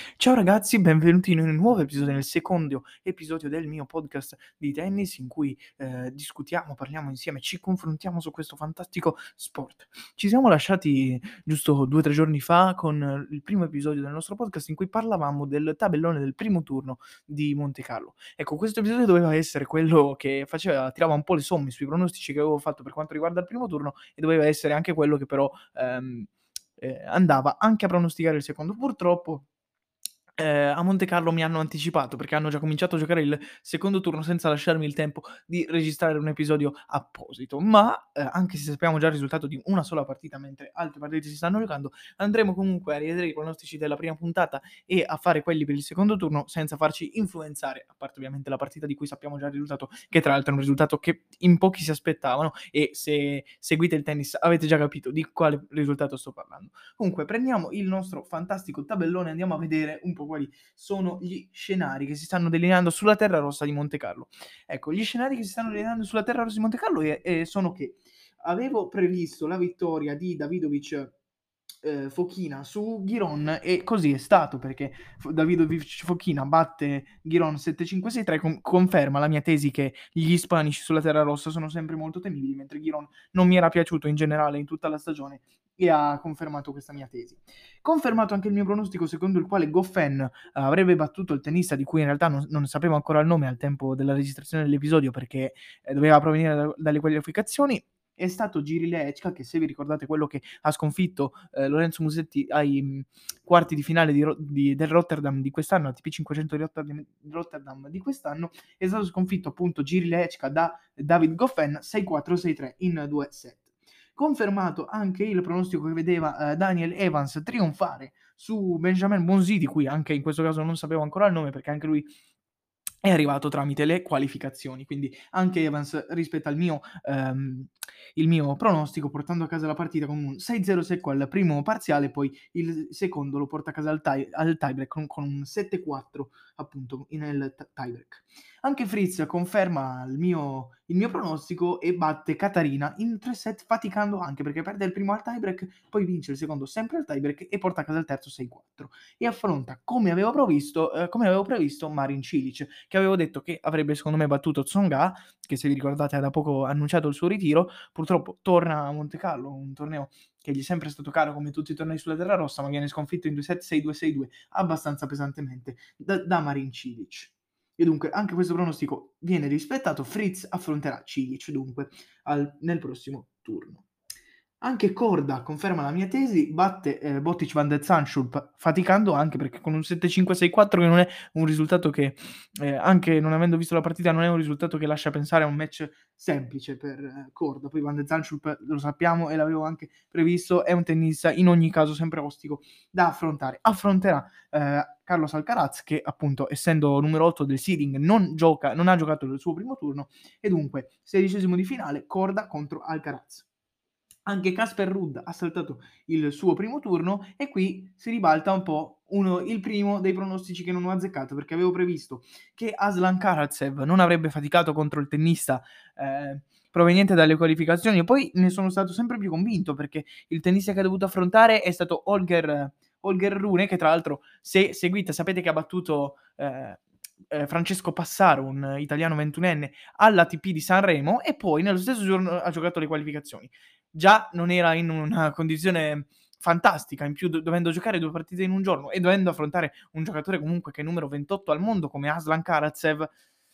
Ciao ragazzi, benvenuti in un nuovo episodio, nel secondo episodio del mio podcast di tennis in cui discutiamo, parliamo insieme, ci confrontiamo su questo fantastico sport. Ci siamo lasciati giusto 2 o 3 giorni fa con il primo episodio del nostro podcast in cui parlavamo del tabellone del primo turno di Montecarlo. Ecco, questo episodio doveva essere quello che tirava un po' le somme sui pronostici che avevo fatto per quanto riguarda il primo turno e doveva essere anche quello che però andava anche a pronosticare il secondo. Purtroppo a Montecarlo mi hanno anticipato, perché hanno già cominciato a giocare il secondo turno senza lasciarmi il tempo di registrare un episodio apposito. Ma, anche se sappiamo già il risultato di una sola partita, mentre altre partite si stanno giocando, andremo comunque a rivedere i pronostici della prima puntata e a fare quelli per il secondo turno senza farci influenzare, a parte ovviamente la partita di cui sappiamo già il risultato, che tra l'altro è un risultato che in pochi si aspettavano e se seguite il tennis avete già capito di quale risultato sto parlando. Comunque prendiamo il nostro fantastico tabellone e andiamo a vedere un po' quali sono gli scenari che si stanno delineando sulla terra rossa di Montecarlo. Ecco, gli scenari che si stanno delineando sulla terra rossa di Montecarlo sono che avevo previsto la vittoria di Davidovic Fokina su Ghiron e così è stato perché Davidovic Fokina batte Ghiron 7-5-6-3 conferma la mia tesi che gli ispanici sulla terra rossa sono sempre molto temibili, mentre Ghiron non mi era piaciuto in generale in tutta la stagione e ha confermato questa mia tesi. Confermato anche il mio pronostico secondo il quale Goffin avrebbe battuto il tennista di cui in realtà non sapevo ancora il nome al tempo della registrazione dell'episodio perché doveva provenire dalle qualificazioni. È stato Giri Lechka, che se vi ricordate quello che ha sconfitto Lorenzo Musetti ai quarti di finale del Rotterdam di quest'anno, ATP 500 di Rotterdam di quest'anno, è stato sconfitto appunto Giri Lechka da David Goffin 6-4-6-3 in 2 set. Confermato anche il pronostico che vedeva Daniel Evans trionfare su Benjamin Bonzi, di cui anche in questo caso non sapevo ancora il nome perché anche lui è arrivato tramite le qualificazioni, quindi anche Evans rispetto il mio pronostico, portando a casa la partita con un 6-0 secco al primo parziale, poi il secondo lo porta a casa al tiebreak con un 7-4 appunto nel tiebreak. Anche Fritz conferma il mio pronostico e batte Catarina in 3 set faticando anche perché perde il primo al tiebreak, poi vince il secondo sempre al tiebreak e porta a casa il terzo 6-4 e affronta come avevo previsto Marin Cilic, che avevo detto che avrebbe secondo me battuto Tsonga, che se vi ricordate ha da poco annunciato il suo ritiro, purtroppo torna a Montecarlo, un torneo che gli è sempre stato caro come tutti i tornei sulla terra rossa, ma viene sconfitto in 2 set 6-2 6-2 abbastanza pesantemente da Marin Cilic. E dunque anche questo pronostico viene rispettato, Fritz affronterà Cilic dunque nel prossimo turno. Anche Korda conferma la mia tesi, batte Botic van der Zandschulp, faticando anche perché con un 7-5-6-4 che non è un risultato che, anche non avendo visto la partita, non è un risultato che lascia pensare a un match semplice per Korda. Poi van der Zandschulp lo sappiamo e l'avevo anche previsto, è un tennista in ogni caso sempre ostico da affrontare. Affronterà Carlos Alcaraz che appunto essendo numero 8 del seeding non ha giocato il suo primo turno e dunque 16esimo di finale Korda contro Alcaraz. Anche Casper Ruud ha saltato il suo primo turno e qui si ribalta un po' il primo dei pronostici che non ho azzeccato perché avevo previsto che Aslan Karatsev non avrebbe faticato contro il tennista proveniente dalle qualificazioni e poi ne sono stato sempre più convinto perché il tennista che ha dovuto affrontare è stato Holger Rune che tra l'altro se seguite sapete che ha battuto Francesco Passaro, un italiano 21enne, all'ATP di Sanremo e poi nello stesso giorno ha giocato le qualificazioni. Già non era in una condizione fantastica, in più dovendo giocare 2 partite in un giorno e dovendo affrontare un giocatore comunque che è numero 28 al mondo come Aslan Karatsev,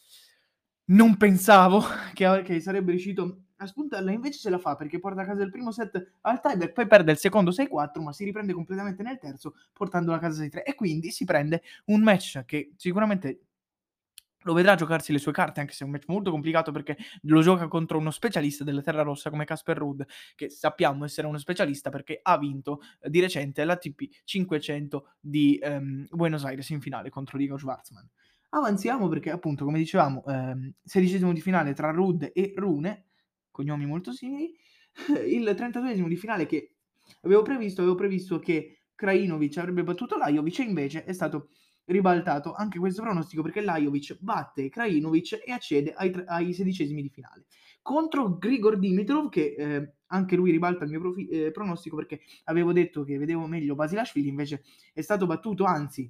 non pensavo che sarebbe riuscito a spuntarla, invece ce la fa perché porta a casa il primo set al tiebreak, poi perde il secondo 6-4, ma si riprende completamente nel terzo portandolo a casa 6-3 e quindi si prende un match che sicuramente lo vedrà giocarsi le sue carte, anche se è un match molto complicato perché lo gioca contro uno specialista della terra rossa come Casper Ruud, che sappiamo essere uno specialista perché ha vinto di recente l'ATP 500 di Buenos Aires in finale contro Diego Schwartzman. Avanziamo perché appunto, come dicevamo, 16esimo di finale tra Ruud e Rune, cognomi molto simili, il 32esimo di finale che avevo previsto che Krajinovic avrebbe battuto Lajovic e invece è stato ribaltato anche questo pronostico perché Lajovic batte Krajinovic e accede ai 16esimi di finale. Contro Grigor Dimitrov che anche lui ribalta il mio pronostico perché avevo detto che vedevo meglio Basilashvili, invece è stato battuto, anzi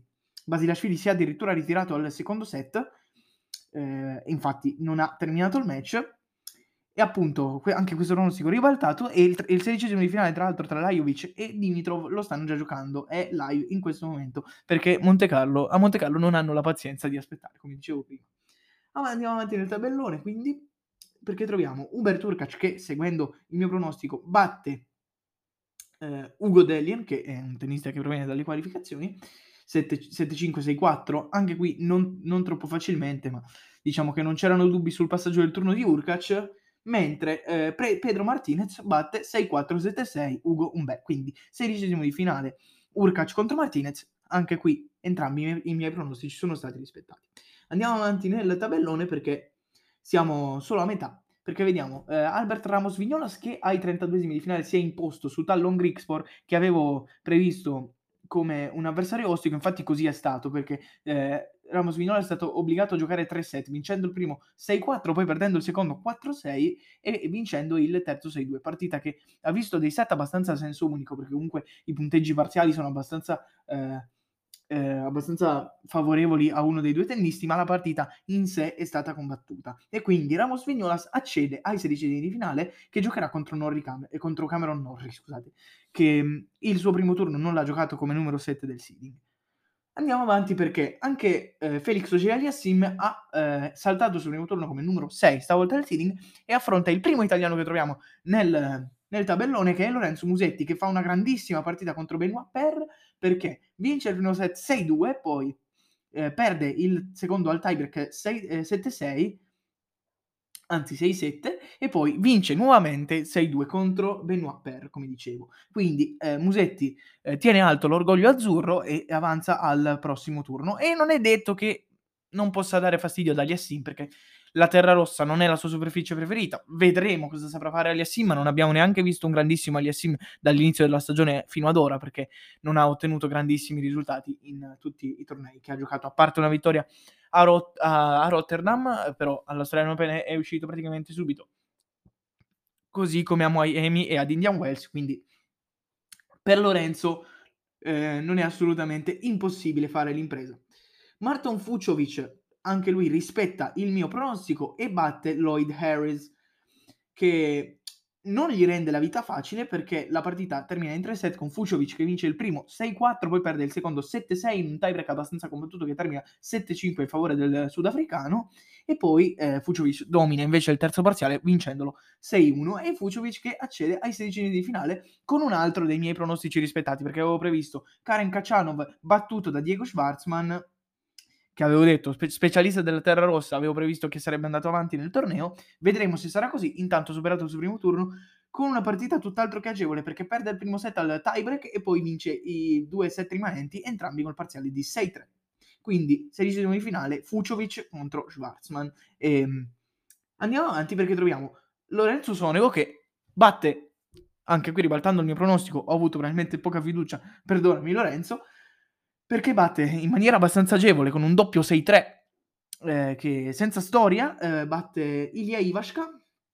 Basilashvili si è addirittura ritirato al secondo set, infatti non ha terminato il match e appunto anche questo pronostico ribaltato e il 16° di finale tra l'altro tra Lajovic e Dimitrov lo stanno già giocando, è live in questo momento, perché a Monte Carlo non hanno la pazienza di aspettare, come dicevo prima. Andiamo avanti nel tabellone quindi, perché troviamo Hubert Hurkacz che, seguendo il mio pronostico, batte Ugo Dellien, che è un tennista che proviene dalle qualificazioni, 7-5, 6-4, anche qui non troppo facilmente, ma diciamo che non c'erano dubbi sul passaggio del turno di Hurkacz, mentre Pedro Martinez batte 6-4, 7-6 Ugo Humbert, quindi 16° di finale Hurkacz contro Martinez, anche qui entrambi i miei pronostici sono stati rispettati. Andiamo avanti nel tabellone perché siamo solo a metà, perché vediamo Albert Ramos Vignolas che ai 32esimi di finale si è imposto su Tallon Grigspor, che avevo previsto come un avversario ostico, infatti così è stato, perché Ramos Vignolas è stato obbligato a giocare 3 set, vincendo il primo 6-4, poi perdendo il secondo 4-6 e vincendo il terzo 6-2, partita che ha visto dei set abbastanza a senso unico, perché comunque i punteggi parziali sono abbastanza favorevoli a uno dei due tennisti, ma la partita in sé è stata combattuta e quindi Ramos Vignolas accede ai 16 di finale che giocherà contro Cameron Norrie, scusate, che il suo primo turno non l'ha giocato come numero 7 del seeding. Andiamo avanti perché anche Felix Auger-Aliassime ha saltato sul primo turno come numero 6 stavolta del seeding e affronta il primo italiano che troviamo nel tabellone, che è Lorenzo Musetti, che fa una grandissima partita contro Benoit Paire perché vince il primo set 6-2, poi perde il secondo al tiebreak 7-6, anzi 6-7, e poi vince nuovamente 6-2 contro Benoit Paire, come dicevo. Quindi Musetti tiene alto l'orgoglio azzurro e avanza al prossimo turno. E non è detto che non possa dare fastidio ad Aliassim, perché la terra rossa non è la sua superficie preferita. Vedremo cosa saprà fare Aliassim, ma non abbiamo neanche visto un grandissimo Aliassim dall'inizio della stagione fino ad ora, perché non ha ottenuto grandissimi risultati in tutti i tornei che ha giocato, a parte una vittoria a Rotterdam, però all'Australian Open è uscito praticamente subito. Così come a Miami e ad Indian Wells, quindi per Lorenzo non è assolutamente impossibile fare l'impresa. Marton Fucsovics, anche lui rispetta il mio pronostico e batte Lloyd Harris, che non gli rende la vita facile perché la partita termina in 3 set con Fucsovics che vince il primo 6-4, poi perde il secondo 7-6 in un tiebreak abbastanza combattuto che termina 7-5 in favore del sudafricano e poi Fucsovics domina invece il terzo parziale vincendolo 6-1 e Fucsovics che accede ai 16 di finale con un altro dei miei pronostici rispettati perché avevo previsto Karen Khachanov battuto da Diego Schwartzman, che avevo detto specialista della terra rossa, avevo previsto che sarebbe andato avanti nel torneo, vedremo se sarà così, intanto superato il suo primo turno con una partita tutt'altro che agevole perché perde il primo set al tiebreak e poi vince i 2 set rimanenti entrambi col parziale di 6-3. Quindi 16 di finale Fucsovics contro Schwartzman. Andiamo avanti perché troviamo Lorenzo Sonego che batte, anche qui ribaltando il mio pronostico, ho avuto veramente poca fiducia, perdonami Lorenzo, perché batte in maniera abbastanza agevole con un doppio 6-3, che senza storia, batte Ilya Ivashka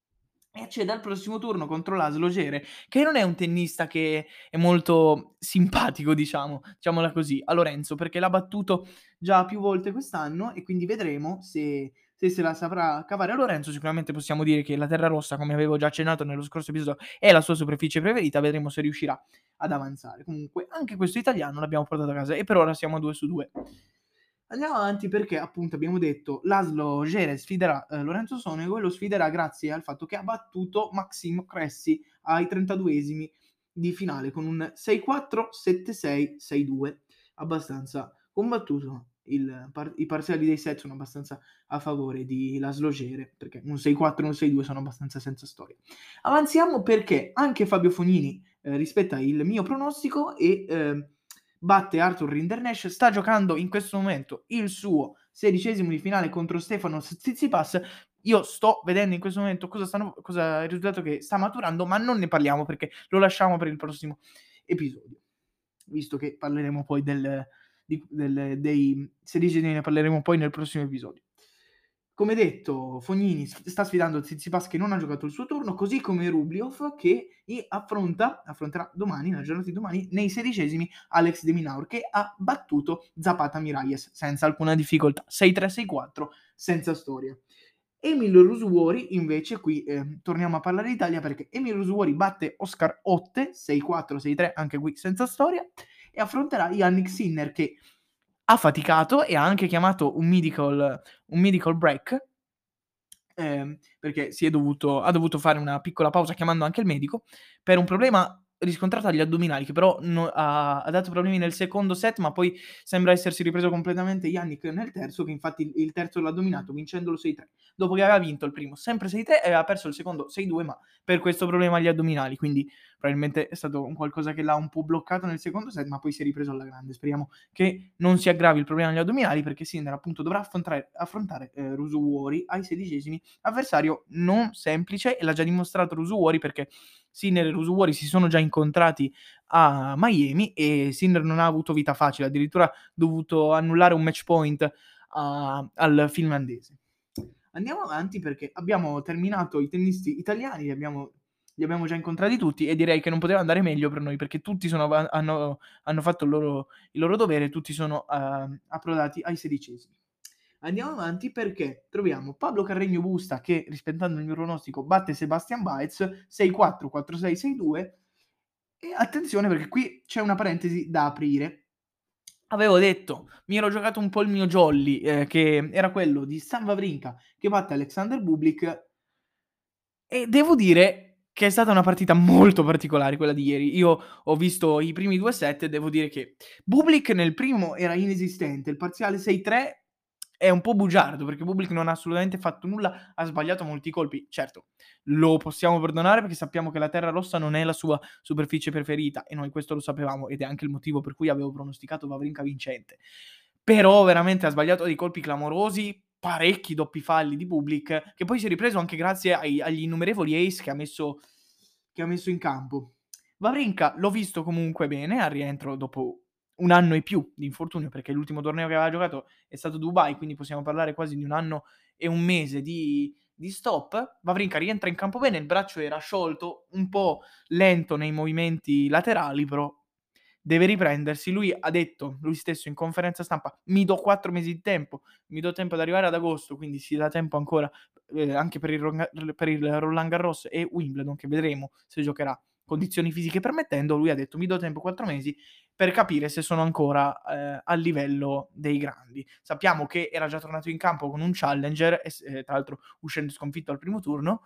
e accede al prossimo turno contro Laszlo Gere, che non è un tennista che è molto simpatico, diciamola così, a Lorenzo, perché l'ha battuto già più volte quest'anno e quindi vedremo se la saprà cavare a Lorenzo. Sicuramente possiamo dire che la terra rossa, come avevo già accennato nello scorso episodio, è la sua superficie preferita, vedremo se riuscirà ad avanzare. Comunque anche questo italiano l'abbiamo portato a casa e per ora siamo a 2 su 2. Andiamo avanti perché appunto abbiamo detto Laszlo Gere sfiderà Lorenzo Sonego e lo sfiderà grazie al fatto che ha battuto Maxime Cressy ai 32esimi di finale con un 6-4, 7-6, 6-2 abbastanza combattuto. I parziali dei set sono abbastanza a favore di Laszlo Gere perché un 6-4 e un 6-2 sono abbastanza senza storia. Avanziamo perché anche Fabio Fognini rispetta il mio pronostico e batte Arthur Rinderknech, sta giocando in questo momento il suo 16° di finale contro Stefanos Tsitsipas. Io sto vedendo in questo momento cosa il risultato che sta maturando, ma non ne parliamo perché lo lasciamo per il prossimo episodio, visto che parleremo poi dei 16, ne parleremo poi nel prossimo episodio. come detto, Fognini sta sfidando Tsitsipas che non ha giocato il suo turno, così come Rublev che affronterà domani, nella giornata di domani, nei 16esimi Alex de Minaur che ha battuto Zapata Miralles senza alcuna difficoltà, 6-3, 6-4, senza storia. Emil Rusuori invece qui torniamo a parlare d'Italia perché Emil Rusuori batte Oscar Otte 6-4, 6-3, anche qui senza storia, e affronterà Yannick Sinner che ha faticato e ha anche chiamato un medical break, perché ha dovuto fare una piccola pausa chiamando anche il medico per un problema riscontrato agli addominali, che però ha dato problemi nel secondo set, ma poi sembra essersi ripreso completamente Yannick nel terzo, che infatti il terzo l'ha dominato vincendolo 6-3, dopo che aveva vinto il primo sempre 6-3 e aveva perso il secondo 6-2, ma per questo problema agli addominali, quindi probabilmente è stato un qualcosa che l'ha un po' bloccato nel secondo set, ma poi si è ripreso alla grande. Speriamo che non si aggravi il problema agli addominali, perché Sinner appunto dovrà affrontare Rusuwori ai 16esimi, avversario non semplice, e l'ha già dimostrato Rusuwori perché Sinner e Rusuwori si sono già incontrati a Miami e Sinner non ha avuto vita facile, addirittura dovuto annullare un match point al finlandese. Andiamo avanti perché abbiamo terminato i tennisti italiani, li abbiamo già incontrati tutti e direi che non poteva andare meglio per noi perché tutti hanno fatto il loro dovere, tutti sono approdati ai 16esimi. Andiamo avanti perché troviamo Pablo Carreño Busta che, rispettando il mio pronostico, batte Sebastian Baez 6-4, 4-6, 6-2. E attenzione perché qui c'è una parentesi da aprire. Avevo detto, mi ero giocato un po' il mio jolly, che era quello di Stan Wawrinka che batte Alexander Bublik, e devo dire che è stata una partita molto particolare quella di ieri. Io ho visto i primi 2 set e devo dire che Bublik nel primo era inesistente, il parziale 6-3 è un po' bugiardo perché Bublik non ha assolutamente fatto nulla, ha sbagliato molti colpi. Certo, lo possiamo perdonare perché sappiamo che la terra rossa non è la sua superficie preferita e noi questo lo sapevamo ed è anche il motivo per cui avevo pronosticato Wawrinka vincente. Però veramente ha sbagliato dei colpi clamorosi, parecchi doppi falli di Bublik, che poi si è ripreso anche grazie agli innumerevoli ace che ha messo in campo. Wawrinka l'ho visto comunque bene al rientro dopo un anno e più di infortunio, perché l'ultimo torneo che aveva giocato è stato Dubai, quindi possiamo parlare quasi di un anno e un mese di stop. Wawrinka rientra in campo bene, il braccio era sciolto, un po' lento nei movimenti laterali, però deve riprendersi. Lui ha detto, lui stesso in conferenza stampa, mi do 4 mesi di tempo, mi do tempo ad arrivare ad agosto, quindi si dà tempo ancora anche per il Roland Garros e Wimbledon, che vedremo se giocherà condizioni fisiche permettendo. Lui ha detto mi do tempo 4 mesi per capire se sono ancora a livello dei grandi. Sappiamo che era già tornato in campo con un challenger, tra l'altro uscendo sconfitto al primo turno,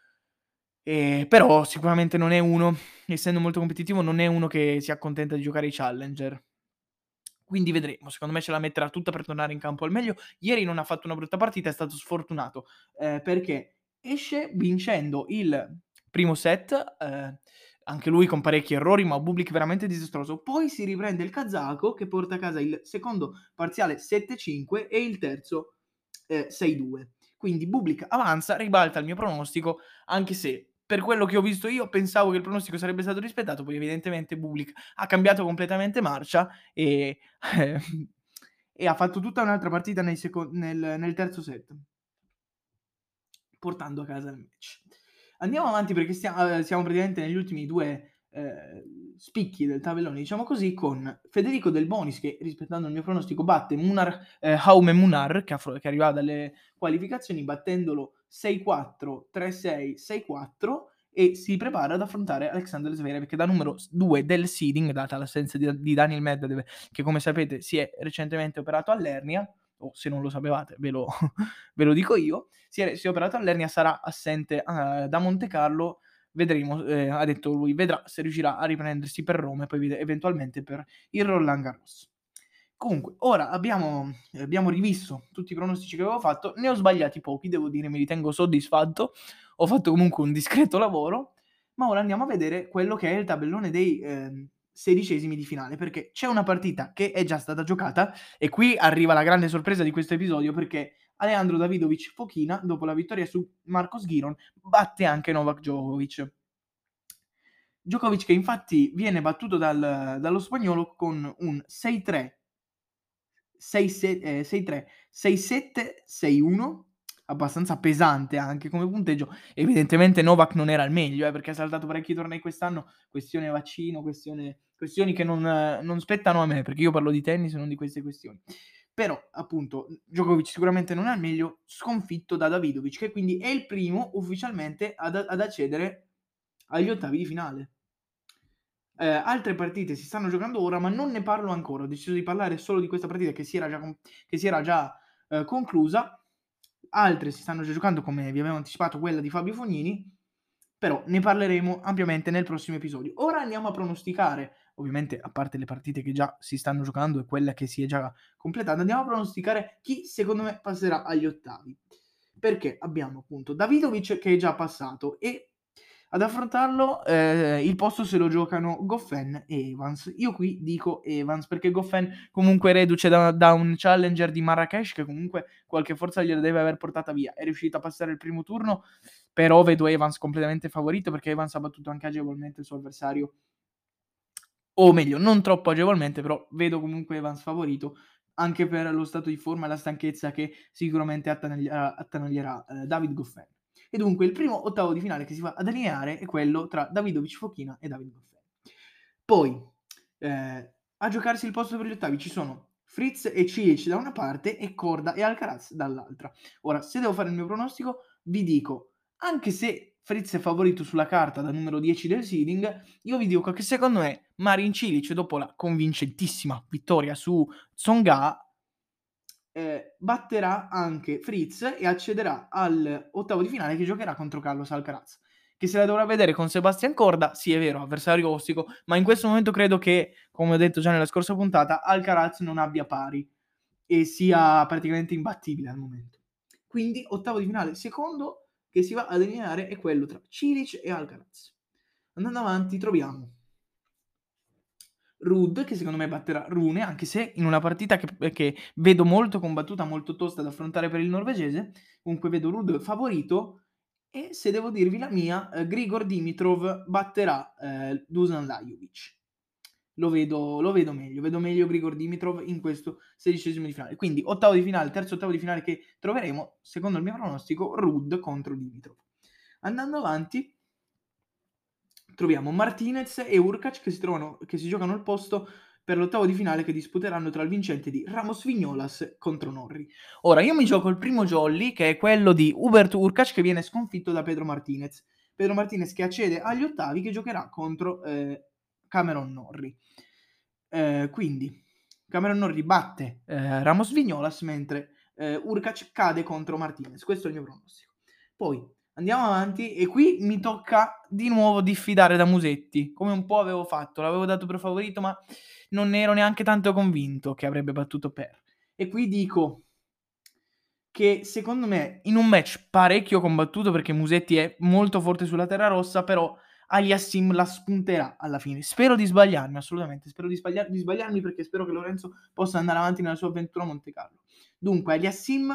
però sicuramente non è uno, essendo molto competitivo, non è uno che si accontenta di giocare ai challenger. Quindi vedremo, secondo me ce la metterà tutta per tornare in campo al meglio. Ieri non ha fatto una brutta partita, è stato sfortunato, perché esce vincendo il primo set, anche lui con parecchi errori, ma Bublik veramente disastroso. Poi si riprende il kazako che porta a casa il secondo parziale 7-5 e il terzo 6-2. Quindi Bublik avanza, ribalta il mio pronostico, anche se per quello che ho visto io pensavo che il pronostico sarebbe stato rispettato, poi evidentemente Bublik ha cambiato completamente marcia e e ha fatto tutta un'altra partita nel terzo set, portando a casa il match. Andiamo avanti perché siamo praticamente negli ultimi due spicchi del tabellone, diciamo così, con Federico Del Bonis che, rispettando il mio pronostico, batte Jaume Munar che arrivava dalle qualificazioni battendolo 6-4, 3-6, 6-4 e si prepara ad affrontare Alexander Zverev che da numero 2 del seeding, data l'assenza di Daniel Medvedev che come sapete si è recentemente operato all'ernia, o se non lo sapevate ve lo dico io, si è operato all'ernia, sarà assente da Monte Carlo, vedremo, ha detto lui, vedrà se riuscirà a riprendersi per Roma e poi eventualmente per il Roland Garros. Comunque, ora abbiamo rivisto tutti i pronostici che avevo fatto, ne ho sbagliati pochi, devo dire, mi ritengo soddisfatto, ho fatto comunque un discreto lavoro, ma ora andiamo a vedere quello che è il tabellone dei 16esimi di finale, perché c'è una partita che è già stata giocata e qui arriva la grande sorpresa di questo episodio, perché Alejandro Davidovic Fokina, dopo la vittoria su Marcos Giron, batte anche Novak Djokovic. Djokovic che infatti viene battuto dallo spagnolo con un 6-3, 6-7, 6-7, 6-1 abbastanza pesante anche come punteggio. Evidentemente Novak non era al meglio, perché ha saltato parecchi tornei quest'anno, questione vaccino, questioni che non spettano a me, perché io parlo di tennis e non di queste questioni. Però, appunto, Djokovic sicuramente non è al meglio, sconfitto da Davidovic, che quindi è il primo ufficialmente ad accedere agli ottavi di finale. Altre partite si stanno giocando ora, ma non ne parlo ancora. Ho deciso di parlare solo di questa partita che si era già conclusa. Altre si stanno già giocando, come vi avevo anticipato, quella di Fabio Fognini, però ne parleremo ampiamente nel prossimo episodio. Ora andiamo a pronosticare, ovviamente a parte le partite che già si stanno giocando e quella che si è già completata, andiamo a pronosticare chi secondo me passerà agli ottavi. Perché abbiamo appunto Davidovic che è già passato e ad affrontarlo il posto se lo giocano Goffin e Evans. Io qui dico Evans perché Goffin comunque reduce da un challenger di Marrakesh che comunque qualche forza gliela deve aver portata via. È riuscito a passare il primo turno, però vedo Evans completamente favorito perché Evans ha battuto anche agevolmente il suo avversario. O meglio, non troppo agevolmente, però vedo comunque Evans favorito anche per lo stato di forma e la stanchezza che sicuramente attanaglierà David Goffin. E dunque il primo ottavo di finale che si va a delineare è quello tra Davidovic Fokina e David Goffin. Poi a giocarsi il posto per gli ottavi ci sono Fritz e Cilic da una parte e Corda e Alcaraz dall'altra. Ora, se devo fare il mio pronostico, vi dico, anche se Fritz è favorito sulla carta da numero 10 del seeding, io vi dico che secondo me Marin Cilic, dopo la convincentissima vittoria su Tsonga, batterà anche Fritz e accederà all'ottavo di finale che giocherà contro Carlos Alcaraz, che se la dovrà vedere con Sebastian Corda. Sì, è vero, avversario ostico, ma in questo momento credo che, come ho detto già nella scorsa puntata, Alcaraz non abbia pari e sia praticamente imbattibile al momento. Quindi ottavo di finale secondo che si va a delineare è quello tra Cilic e Alcaraz. Andando avanti troviamo Ruud, che secondo me batterà Rune, anche se in una partita che vedo molto combattuta, molto tosta da affrontare per il norvegese. Comunque vedo Ruud favorito e se devo dirvi la mia, Grigor Dimitrov batterà Dusan Lajovic. Lo vedo meglio, vedo meglio Grigor Dimitrov in questo 16esimo di finale. Quindi ottavo di finale, terzo ottavo di finale che troveremo, secondo il mio pronostico, Ruud contro Dimitrov. Andando avanti, troviamo Martinez e Urkac che si giocano il posto per l'ottavo di finale che disputeranno tra il vincente di Ramos Vignolas contro Norri. Ora, io mi gioco il primo jolly, che è quello di Hubert Urkac, che viene sconfitto da Pedro Martinez. Pedro Martinez che accede agli ottavi, che giocherà contro Cameron Norrie. Quindi Cameron Norrie batte Ramos Vignolas, mentre Urkac cade contro Martinez. Questo è il mio pronostico. Poi andiamo avanti e qui mi tocca di nuovo diffidare da Musetti, come un po' avevo fatto. L'avevo dato per favorito, ma non ero neanche tanto convinto che avrebbe battuto Per. E qui dico che secondo me in un match parecchio combattuto, perché Musetti è molto forte sulla terra rossa, però Aliassim la spunterà alla fine. Spero di sbagliarmi, assolutamente. Spero di sbagliarmi perché spero che Lorenzo possa andare avanti nella sua avventura a Monte Carlo. Dunque, Aliassim,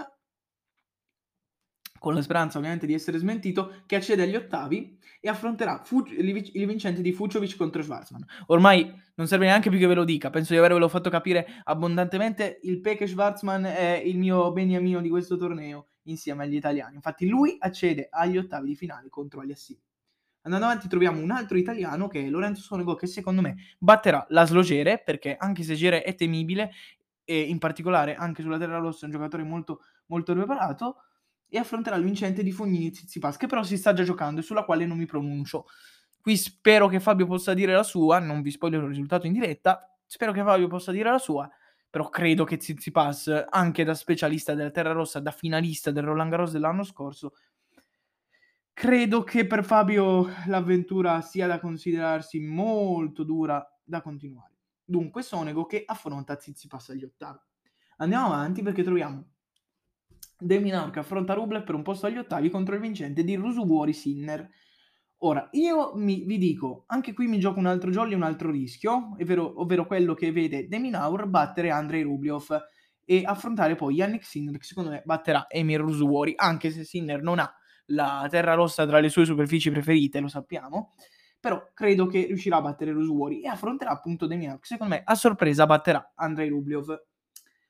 con la speranza ovviamente di essere smentito, che accede agli ottavi e affronterà il vincente di Fuciovic contro Schwarzman. Ormai non serve neanche più che ve lo dica, penso di avervelo fatto capire abbondantemente. Il Peke Schwarzman è il mio beniamino di questo torneo insieme agli italiani. Infatti lui accede agli ottavi di finale contro Aliassim. Andando avanti troviamo un altro italiano che è Lorenzo Sonego, che secondo me batterà Laszlo Gere, perché anche se Gere è temibile e in particolare anche sulla terra rossa è un giocatore molto, molto preparato, e affronterà il vincente di Fognini Tsitsipas, che però si sta già giocando e sulla quale non mi pronuncio. Qui spero che Fabio possa dire la sua, non vi spoilerò il risultato in diretta, spero che Fabio possa dire la sua, però credo che Tsitsipas, anche da specialista della terra rossa, da finalista del Roland Garros dell'anno scorso, credo che per Fabio l'avventura sia da considerarsi molto dura da continuare. Dunque Sonego che affronta Tsitsipas agli ottavi. Andiamo avanti perché troviamo De Minaur che affronta Rublev per un posto agli ottavi contro il vincente di Rusuvuori Sinner. Ora, io vi dico, anche qui mi gioco un altro jolly, un altro rischio, ovvero quello che vede De Minaur battere Andrei Rublev e affrontare poi Yannick Sinner, che secondo me batterà Emir Rusuvuori, anche se Sinner non ha la terra rossa tra le sue superfici preferite, lo sappiamo, però credo che riuscirà a battere Rusuvuori e affronterà appunto De Minaur, che secondo me a sorpresa batterà Andrei Rublev.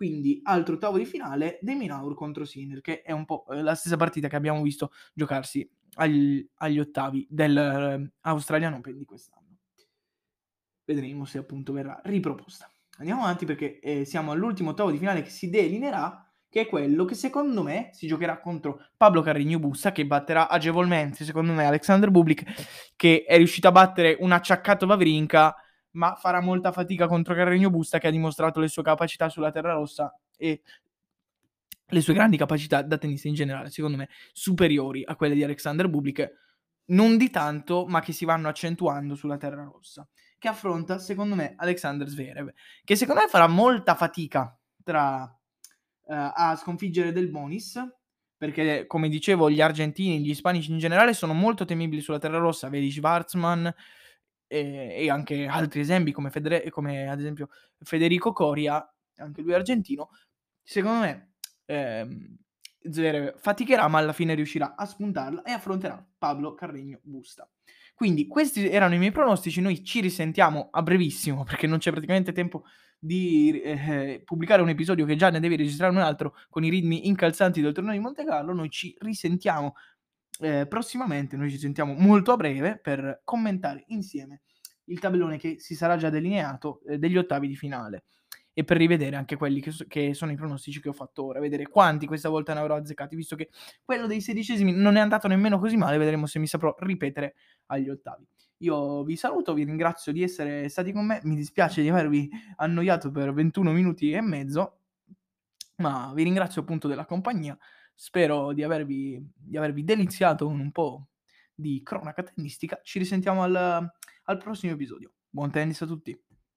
Quindi altro ottavo di finale, De Minaur contro Sinner, che è un po' la stessa partita che abbiamo visto giocarsi agli ottavi del Australian Open di quest'anno. Vedremo se appunto verrà riproposta. Andiamo avanti perché siamo all'ultimo ottavo di finale che si delineerà, che è quello che secondo me si giocherà contro Pablo Carreño Busta, che batterà agevolmente, secondo me, Alexander Bublik, che è riuscito a battere un acciaccato Wawrinka, ma farà molta fatica contro Carreño Busta, che ha dimostrato le sue capacità sulla terra rossa e le sue grandi capacità da tennista in generale, secondo me, superiori a quelle di Alexander Bublik, non di tanto, ma che si vanno accentuando sulla terra rossa, che affronta, secondo me, Alexander Zverev, che secondo me farà molta fatica a sconfiggere Del Bonis, perché, come dicevo, gli argentini, gli ispanici in generale sono molto temibili sulla terra rossa, vedi Schwarzman e anche altri esempi come ad esempio Federico Coria, anche lui argentino. Secondo me Zverev faticherà, ma alla fine riuscirà a spuntarla e affronterà Pablo Carreño Busta. Quindi questi erano i miei pronostici, noi ci risentiamo a brevissimo perché non c'è praticamente tempo di pubblicare un episodio che già ne devi registrare un altro con i ritmi incalzanti del torneo di Monte Carlo. Noi ci risentiamo prossimamente, noi ci sentiamo molto a breve per commentare insieme il tabellone che si sarà già delineato degli ottavi di finale e per rivedere anche quelli che sono i pronostici che ho fatto ora, vedere quanti questa volta ne avrò azzeccati, visto che quello dei sedicesimi non è andato nemmeno così male, vedremo se mi saprò ripetere agli ottavi. Io vi saluto, vi ringrazio di essere stati con me, mi dispiace di avervi annoiato per 21 minuti e mezzo, ma vi ringrazio appunto della compagnia, spero di avervi deliziato con un po' di cronaca tennistica, ci risentiamo al prossimo episodio. Buon tennis a tutti!